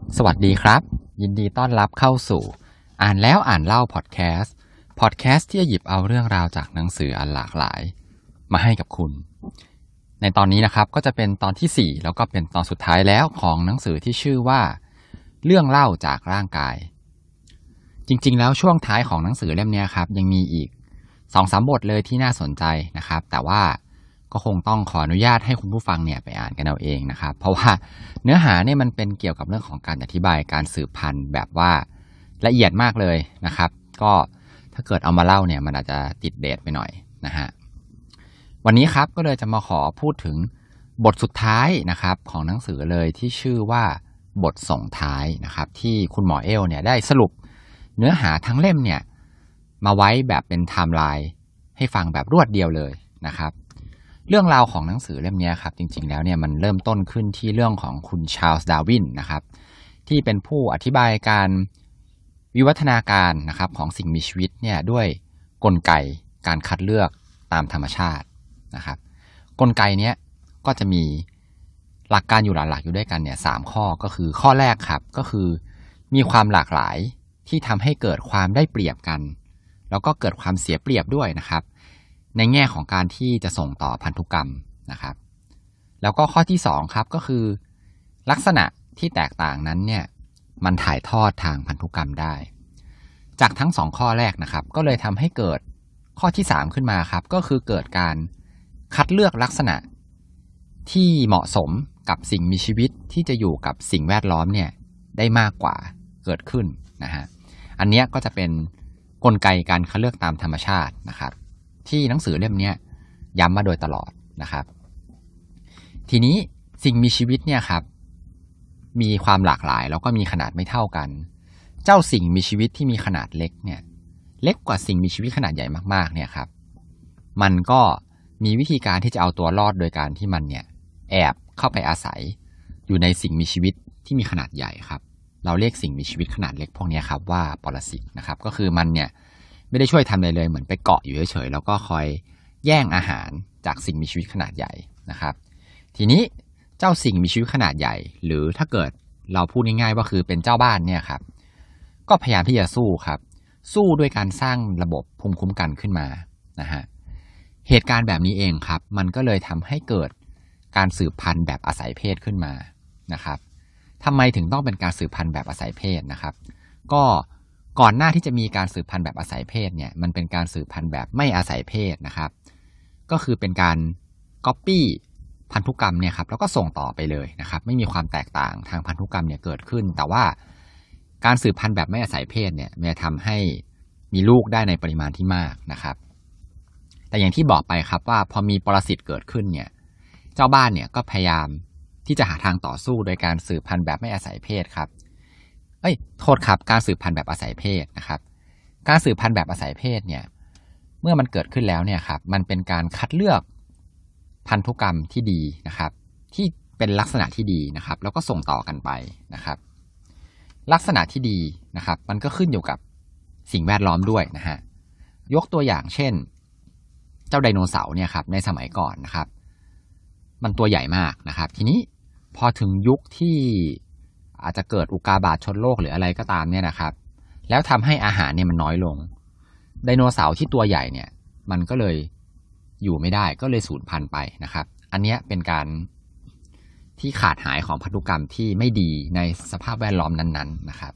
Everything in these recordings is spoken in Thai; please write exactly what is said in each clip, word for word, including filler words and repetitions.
สวัสดีครับยินดีต้อนรับเข้าสู่อ่านแล้วอ่านเล่าพอดแคสต์พอดแคสต์ที่จะหยิบเอาเรื่องราวจากหนังสืออันหลากหลายมาให้กับคุณในตอนนี้นะครับก็จะเป็นตอนที่สี่แล้วก็เป็นตอนสุดท้ายแล้วของหนังสือที่ชื่อว่าเรื่องเล่าจากร่างกายจริงๆแล้วช่วงท้ายของหนังสือเล่มนี้ครับยังมีอีก สองสาม บทเลยที่น่าสนใจนะครับแต่ว่าก็คงต้องขออนุญาตให้คุณผู้ฟังเนี่ยไปอ่านกันเอาเองนะครับเพราะว่าเนื้อหาเนี่ยมันเป็นเกี่ยวกับเรื่องของการอธิบายการสืบพันธุ์แบบว่าละเอียดมากเลยนะครับก็ถ้าเกิดเอามาเล่าเนี่ยมันอาจจะติดเดทไปหน่อยนะฮะวันนี้ครับก็เลยจะมาขอพูดถึงบทสุดท้ายนะครับของหนังสือเลยที่ชื่อว่าบทส่งท้ายนะครับที่คุณหมอเอลเนี่ยได้สรุปเนื้อหาทั้งเล่มเนี่ยมาไว้แบบเป็นไทม์ไลน์ให้ฟังแบบรวดเดียวเลยนะครับเรื่องราวของหนังสือเล่มนี้ครับจริงๆแล้วเนี่ยมันเริ่มต้นขึ้นที่เรื่องของคุณชาร์ลส์ดาร์วินนะครับที่เป็นผู้อธิบายการวิวัฒนาการนะครับของสิ่งมีชีวิตเนี่ยด้วยกลไกการคัดเลือกตามธรรมชาตินะครับกลไกเนี้ยก็จะมีหลักการอยู่หลักๆอยู่ด้วยกันเนี่ยสามข้อก็คือข้อแรกครับก็คือมีความหลากหลายที่ทำให้เกิดความได้เปรียบกันแล้วก็เกิดความเสียเปรียบด้วยนะครับในแง่ของการที่จะส่งต่อพันธุกรรมนะครับแล้วก็ข้อที่สองครับก็คือลักษณะที่แตกต่างนั้นเนี่ยมันถ่ายทอดทางพันธุกรรมได้จากทั้งสองข้อแรกนะครับก็เลยทำให้เกิดข้อที่สามขึ้นมาครับก็คือเกิดการคัดเลือกลักษณะที่เหมาะสมกับสิ่งมีชีวิตที่จะอยู่กับสิ่งแวดล้อมเนี่ยได้มากกว่าเกิดขึ้นนะฮะอันนี้ก็จะเป็นกลไกการคัดเลือกตามธรรมชาตินะครับที่หนังสือเล่มนี้ย้ำมาโดยตลอดนะครับทีนี้สิ่งมีชีวิตเนี่ยครับมีความหลากหลายแล้วก็มีขนาดไม่เท่ากันเจ้าสิ่งมีชีวิตที่มีขนาดเล็กเนี่ยเล็กกว่าสิ่งมีชีวิตขนาดใหญ่มากๆเนี่ยครับมันก็มีวิธีการที่จะเอาตัวรอดโดยการที่มันเนี่ยแอบเข้าไปอาศัยอยู่ในสิ่งมีชีวิตที่มีขนาดใหญ่ครับเราเรียกสิ่งมีชีวิตขนาดเล็กพวกนี้ครับว่าปรสิตนะครับก็คือมันเนี่ยไม่ได้ช่วยทำอะไรเลยเหมือนไปเกาะอยู่เฉยๆแล้วก็คอยแย่งอาหารจากสิ่งมีชีวิตขนาดใหญ่นะครับทีนี้เจ้าสิ่งมีชีวิตขนาดใหญ่หรือถ้าเกิดเราพูดง่ายๆว่าคือเป็นเจ้าบ้านเนี่ยครับก็พยายามที่จะสู้ครับสู้ด้วยการสร้างระบบภูมิคุ้มกันขึ้นมานะฮะเหตุการณ์แบบนี้เองครับมันก็เลยทำให้เกิดการสืบพันธุ์แบบอาศัยเพศขึ้นมานะครับทำไมถึงต้องเป็นการสืบพันธุ์แบบอาศัยเพศนะครับก็ก่อนหน้าที่จะมีการสืบพันธุ์แบบอาศัยเพศเนี่ยมันเป็นการสืบพันธุ์แบบไม่อาศัยเพศนะครับก็คือเป็นการก๊อปปี้พันธุกรรมเนี่ยครับแล้วก็ส่งต่อไปเลยนะครับไม่มีความแตกต่างทางพันธุกรรมเนี่ยเกิดขึ้นแต่ว่าการสืบพันธุ์แบบไม่อาศัยเพศเนี่ยมันจะทำให้มีลูกได้ในปริมาณที่มากนะครับแต่อย่างที่บอกไปครับว่าพอมีปรสิตเกิดขึ้นเนี่ยเจ้าบ้านเนี่ยก็พยายามที่จะหาทางต่อสู้โดยการสืบพันธุ์แบบไม่อาศัยเพศครับเอ้ยโทษครับการสืบพันธุ์แบบอาศัยเพศนะครับการสืบพันธุ์แบบอาศัยเพศเนี่ยเมื่อมันเกิดขึ้นแล้วเนี่ยครับมันเป็นการคัดเลือกพันธุกรรมที่ดีนะครับที่เป็นลักษณะที่ดีนะครับแล้วก็ส่งต่อกันไปนะครับลักษณะที่ดีนะครับมันก็ขึ้นอยู่กับสิ่งแวดล้อมด้วยนะฮะยกตัวอย่างเช่นเจ้าไดโนเสาร์เนี่ยครับในสมัยก่อนนะครับมันตัวใหญ่มากนะครับทีนี้พอถึงยุคที่อาจจะเกิดอุกาบาตชนโลกหรืออะไรก็ตามเนี่ยนะครับแล้วทำให้อาหารเนี่ยมันน้อยลงไดโนเสาร์ที่ตัวใหญ่เนี่ยมันก็เลยอยู่ไม่ได้ก็เลยสูญพันธุ์ไปนะครับอันนี้เป็นการที่ขาดหายของพันธุกรรมที่ไม่ดีในสภาพแวดล้อมนั้นๆนะครับ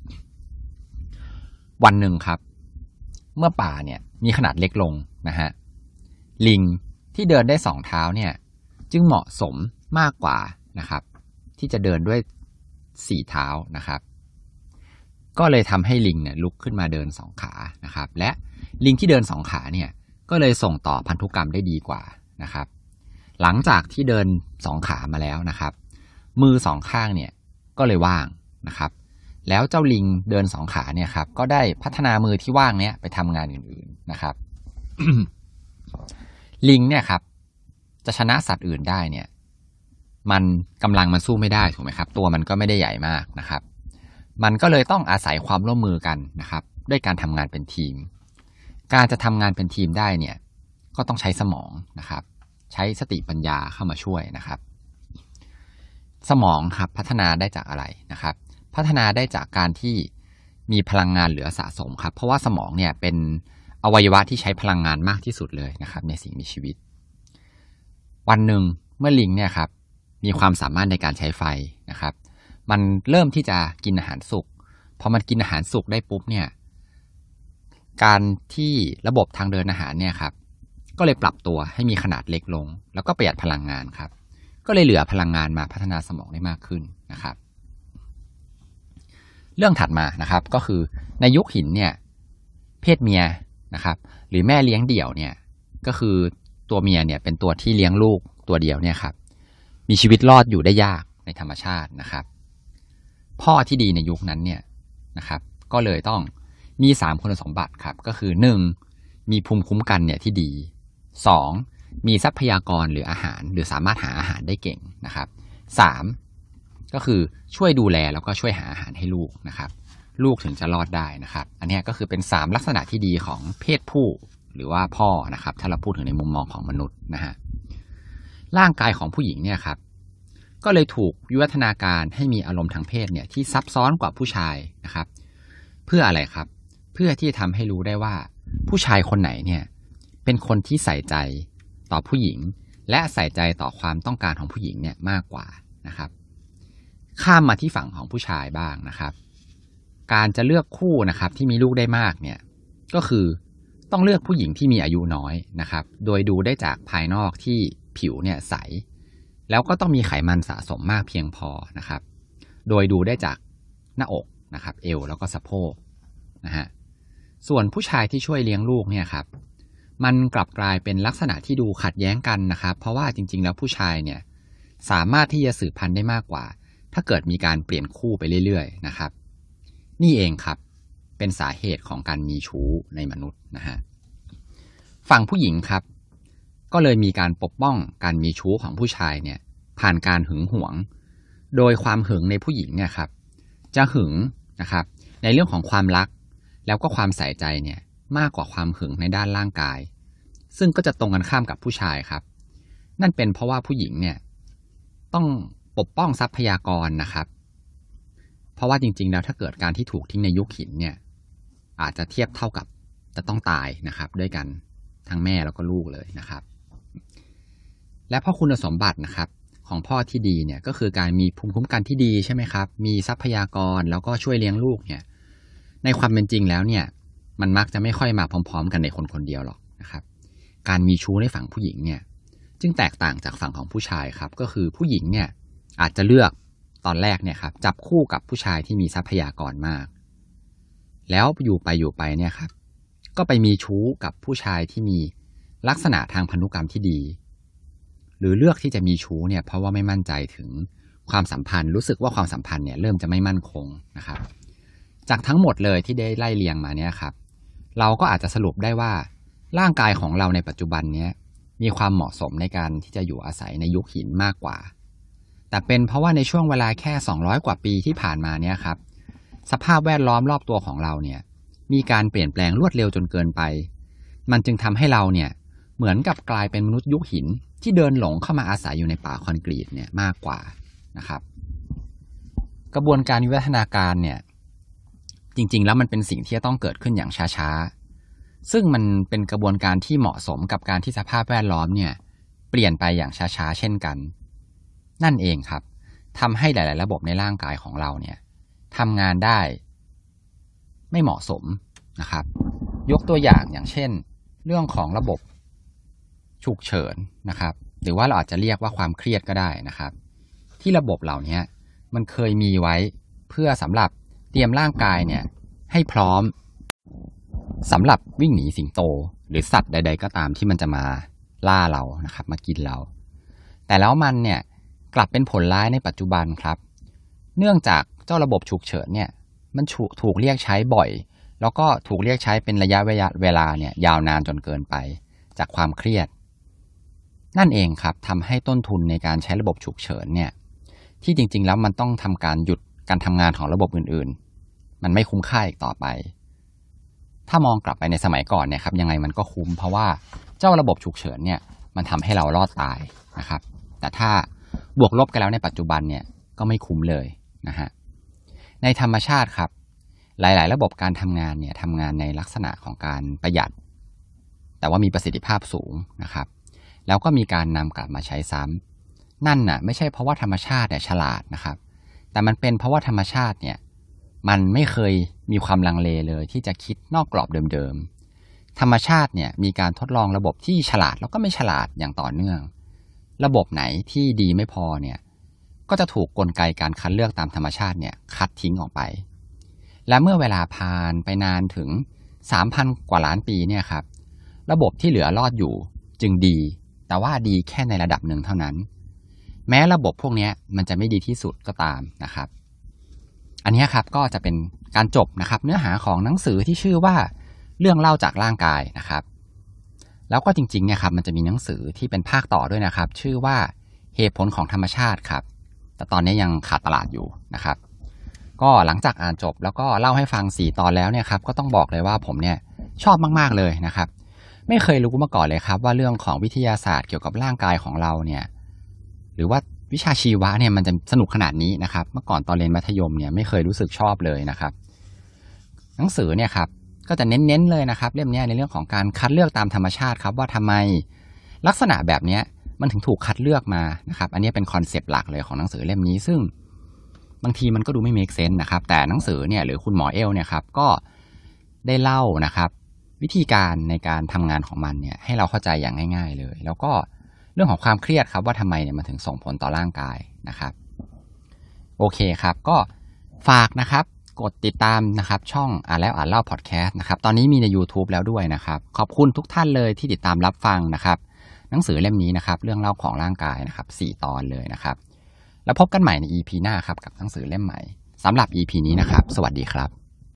วันหนึ่งครับเมื่อป่าเนี่ยมีขนาดเล็กลงนะฮะลิงที่เดินได้สองเท้าเนี่ยจึงเหมาะสมมากกว่านะครับที่จะเดินด้วยสี่เท้านะครับก็เลยทำให้ลิงเนี่ยลุกขึ้นมาเดินสองขานะครับและลิงที่เดินสองขาเนี่ยก็เลยส่งต่อพันธุกรรมได้ดีกว่านะครับหลังจากที่เดินสองขามาแล้วนะครับมือสองข้างเนี่ยก็เลยว่างนะครับแล้วเจ้าลิงเดินสองขาเนี่ยครับก็ได้พัฒนามือที่ว่างเนี้ยไปทำงานอื่นๆนะครับ ลิงเนี่ยครับจะชนะสัตว์อื่นได้เนี่ยมันกำลังมันสู้ไม่ได้ถูกไหมครับตัวมันก็ไม่ได้ใหญ่มากนะครับมันก็เลยต้องอาศัยความร่วมมือกันนะครับด้วยการทำงานเป็นทีมการจะทำงานเป็นทีมได้เนี่ยก็ต้องใช้สมองนะครับใช้สติปัญญาเข้ามาช่วยนะครับสมองครับพัฒนาได้จากอะไรนะครับพัฒนาได้จากการที่มีพลังงานเหลือสะสมครับเพราะว่าสมองเนี่ยเป็นอวัยวะที่ใช้พลังงานมากที่สุดเลยนะครับในสิ่งมีชีวิตวันหนึ่งเมื่อลิงเนี่ยครับมีความสามารถในการใช้ไฟนะครับมันเริ่มที่จะกินอาหารสุกพอมันกินอาหารสุกได้ปุ๊บเนี่ยการที่ระบบทางเดินอาหารเนี่ยครับก็เลยปรับตัวให้มีขนาดเล็กลงแล้วก็ประหยัดพลังงานครับก็เลยเหลือพลังงานมาพัฒนาสมองได้มากขึ้นนะครับเรื่องถัดมานะครับก็คือในยุคหินเนี่ยเพศเมียนะครับหรือแม่เลี้ยงเดี่ยวเนี่ยก็คือตัวเมียเนี่ยเป็นตัวที่เลี้ยงลูกตัวเดียวเนี่ยครับมีชีวิตรอดอยู่ได้ยากในธรรมชาตินะครับพ่อที่ดีในยุคนั้นเนี่ยนะครับก็เลยต้องมีสามคุณสมบัติครับก็คือหนึ่งมีภูมิคุ้มกันเนี่ยที่ดีสองมีทรัพยากรหรืออาหารหรือสามารถหาอาหารได้เก่งนะครับสามก็คือช่วยดูแลแล้วก็ช่วยหาอาหารให้ลูกนะครับลูกถึงจะรอดได้นะครับอันนี้ก็คือเป็นสามลักษณะที่ดีของเพศผู้หรือว่าพ่อนะครับถ้าเราพูดถึงในมุมมองของมนุษย์นะฮะร่างกายของผู้หญิงเนี่ยครับก็เลยถูกวิวัฒนาการให้มีอารมณ์ทางเพศเนี่ยที่ซับซ้อนกว่าผู้ชายนะครับเพื่ออะไรครับเพื่อที่จะทำให้รู้ได้ว่าผู้ชายคนไหนเนี่ยเป็นคนที่ใส่ใจต่อผู้หญิงและใส่ใจต่อความต้องการของผู้หญิงเนี่ยมากกว่านะครับข้ามมาที่ฝั่งของผู้ชายบ้างนะครับการจะเลือกคู่นะครับที่มีลูกได้มากเนี่ยก็คือต้องเลือกผู้หญิงที่มีอายุน้อยนะครับโดยดูได้จากภายนอกที่ผิวเนี่ยใสแล้วก็ต้องมีไขมันสะสมมากเพียงพอนะครับโดยดูได้จากหน้าอกนะครับเอวแล้วก็สะโพกนะฮะส่วนผู้ชายที่ช่วยเลี้ยงลูกเนี่ยครับมันกลับกลายเป็นลักษณะที่ดูขัดแย้งกันนะครับเพราะว่าจริงๆแล้วผู้ชายเนี่ยสามารถที่จะสืบพันธุ์ได้มากกว่าถ้าเกิดมีการเปลี่ยนคู่ไปเรื่อยๆนะครับนี่เองครับเป็นสาเหตุของการมีชู้ในมนุษย์นะฮะฝั่งผู้หญิงครับก็เลยมีการปกป้องการมีชู้ของผู้ชายเนี่ยผ่านการหึงหวงโดยความหึงในผู้หญิงเนี่ยครับจะหึงนะครับในเรื่องของความรักแล้วก็ความใส่ใจเนี่ยมากกว่าความหึงในด้านร่างกายซึ่งก็จะตรงกันข้ามกับผู้ชายครับนั่นเป็นเพราะว่าผู้หญิงเนี่ยต้องปกป้องทรัพยากรนะครับเพราะว่าจริงๆแล้วถ้าเกิดการที่ถูกทิ้งในยุคหินเนี่ยอาจจะเทียบเท่ากับจะต้องตายนะครับด้วยกันทั้งแม่แล้วก็ลูกเลยนะครับและเพราะคุณสมบัตินะครับของพ่อที่ดีเนี่ยก็คือการมีภูมิคุ้มกันที่ดีใช่ไหมครับมีทรัพยากรแล้วก็ช่วยเลี้ยงลูกเนี่ยในความเป็นจริงแล้วเนี่ยมันมักจะไม่ค่อยมาพร้อมๆกันในคนคนเดียวหรอกนะครับการมีชู้ในฝั่งผู้หญิงเนี่ยจึงแตกต่างจากฝั่งของผู้ชายครับก็คือผู้หญิงเนี่ยอาจจะเลือกตอนแรกเนี่ยครับจับคู่กับผู้ชายที่มีทรัพยากรมากแล้วอยู่ไปอยู่ไปเนี่ยครับก็ไปมีชู้กับผู้ชายที่มีลักษณะทางพันธุกรรมที่ดีหรือเลือกที่จะมีชู้เนี่ยเพราะว่าไม่มั่นใจถึงความสัมพันธ์รู้สึกว่าความสัมพันธ์เนี่ยเริ่มจะไม่มั่นคงนะครับจากทั้งหมดเลยที่ได้ไล่เรียงมาเนี่ยครับเราก็อาจจะสรุปได้ว่าร่างกายของเราในปัจจุบันนี้มีความเหมาะสมในการที่จะอยู่อาศัยในยุคหินมากกว่าแต่เป็นเพราะว่าในช่วงเวลาแค่สองร้อยกว่าปีที่ผ่านมาเนี่ยครับสภาพแวดล้อมรอบตัวของเราเนี่ยมีการเปลี่ยนแปลงรวดเร็วจนเกินไปมันจึงทำให้เราเนี่ยเหมือนกับกลายเป็นมนุษย์ยุคหินที่เดินหลงเข้ามาอาศัยอยู่ในป่าคอนกรีตเนี่ยมากกว่านะครับกระบวนการวิวัฒนาการเนี่ยจริงๆแล้วมันเป็นสิ่งที่จะต้องเกิดขึ้นอย่างช้าๆซึ่งมันเป็นกระบวนการที่เหมาะสมกับการที่สภาพแวดล้อมเนี่ยเปลี่ยนไปอย่างช้าๆเช่นกันนั่นเองครับทำให้หลายๆระบบในร่างกายของเราเนี่ยทำงานได้ไม่เหมาะสมนะครับยกตัวอย่างอย่างเช่นเรื่องของระบบฉุกเฉินนะครับหรือว่าเราอาจจะเรียกว่าความเครียดก็ได้นะครับที่ระบบเหล่านี้มันเคยมีไว้เพื่อสำหรับเตรียมร่างกายเนี่ยให้พร้อมสำหรับวิ่งหนีสิงโตหรือสัตว์ใดๆก็ตามที่มันจะมาล่าเรานะครับมากินเราแต่แล้วมันเนี่ยกลับเป็นผลร้ายในปัจจุบันครับเนื่องจากเจ้าระบบฉุกเฉินเนี่ยมันถูกเรียกใช้บ่อยแล้วก็ถูกเรียกใช้เป็นระยะเวลาเนี่ยยาวนานจนเกินไปจากความเครียดนั่นเองครับทำให้ต้นทุนในการใช้ระบบฉุกเฉินเนี่ยที่จริงๆแล้วมันต้องทำการหยุดการทำงานของระบบอื่นๆมันไม่คุ้มค่าอีกต่อไปถ้ามองกลับไปในสมัยก่อนเนี่ยครับยังไงมันก็คุ้มเพราะว่าเจ้าระบบฉุกเฉินเนี่ยมันทำให้เรารอดตายนะครับแต่ถ้าบวกลบกันแล้วในปัจจุบันเนี่ยก็ไม่คุ้มเลยนะฮะในธรรมชาติครับหลายๆระบบการทำงานเนี่ยทำงานในลักษณะของการประหยัดแต่ว่ามีประสิทธิภาพสูงนะครับแล้วก็มีการนำกลับมาใช้ซ้ำนั่นน่ะไม่ใช่เพราะว่าธรรมชาติเนี่ยฉลาดนะครับแต่มันเป็นเพราะว่าธรรมชาติเนี่ยมันไม่เคยมีความลังเลเลยที่จะคิดนอกกรอบเดิมๆธรรมชาติเนี่ยมีการทดลองระบบที่ฉลาดแล้วก็ไม่ฉลาดอย่างต่อเนื่องระบบไหนที่ดีไม่พอเนี่ยก็จะถูกกลไกการคัดเลือกตามธรรมชาติเนี่ยคัดทิ้งออกไปและเมื่อเวลาผ่านไปนานถึง สามพัน กว่าล้านปีเนี่ยครับระบบที่เหลือรอดอยู่จึงดีแต่ว่าดีแค่ในระดับหนึ่งเท่านั้นแม้ระบบพวกนี้มันจะไม่ดีที่สุดก็ตามนะครับอันนี้ครับก็จะเป็นการจบนะครับเนื้อหาของหนังสือที่ชื่อว่าเรื่องเล่าจากร่างกายนะครับแล้วก็จริงๆเนี่ยครับมันจะมีหนังสือที่เป็นภาคต่อด้วยนะครับชื่อว่าเหตุผลของธรรมชาติครับแต่ตอนนี้ยังขาดตลาดอยู่นะครับก็หลังจากอ่านจบแล้วก็เล่าให้ฟังสี่ตอนแล้วเนี่ยครับก็ต้องบอกเลยว่าผมเนี่ยชอบมากๆเลยนะครับไม่เคยรู้มาก่อนเลยครับว่าเรื่องของวิทยาศาสตร์เกี่ยวกับร่างกายของเราเนี่ยหรือว่าวิชาชีวะเนี่ยมันจะสนุกขนาดนี้นะครับเมื่อก่อนตอนเรียนมัธยมเนี่ยไม่เคยรู้สึกชอบเลยนะครับหนังสือเนี่ยครับก็จะเน้นๆเลยนะครับเล่มนี้ในเรื่องของการคัดเลือกตามธรรมชาติครับว่าทำไมลักษณะแบบนี้มันถึงถูกคัดเลือกมานะครับอันนี้เป็นคอนเซปต์หลักเลยของหนังสือเล่มนี้ซึ่งบางทีมันก็ดูไม่เมคเซนส์นะครับแต่หนังสือเนี่ยหรือคุณหมอเอลเนี่ยครับก็ได้เล่านะครับวิธีการในการทำงานของมันเนี่ยให้เราเข้าใจอย่างง่ายๆเลยแล้วก็เรื่องของความเครียดครับว่าทำไมเนี่ยมันถึงส่งผลต่อร่างกายนะครับโอเคครับก็ฝากนะครับกดติดตามนะครับช่องอ่านแล้วอ่านเล่าพอดแคสต์นะครับตอนนี้มีใน YouTube แล้วด้วยนะครับขอบคุณทุกท่านเลยที่ติดตามรับฟังนะครับหนังสือเล่มนี้นะครับเรื่องเล่าของร่างกายนะครับสี่ตอนเลยนะครับแล้วพบกันใหม่ใน อี พี หน้าครับกับหนังสือเล่มใหม่สำหรับ อี พี นี้นะครับสวัสดีครับ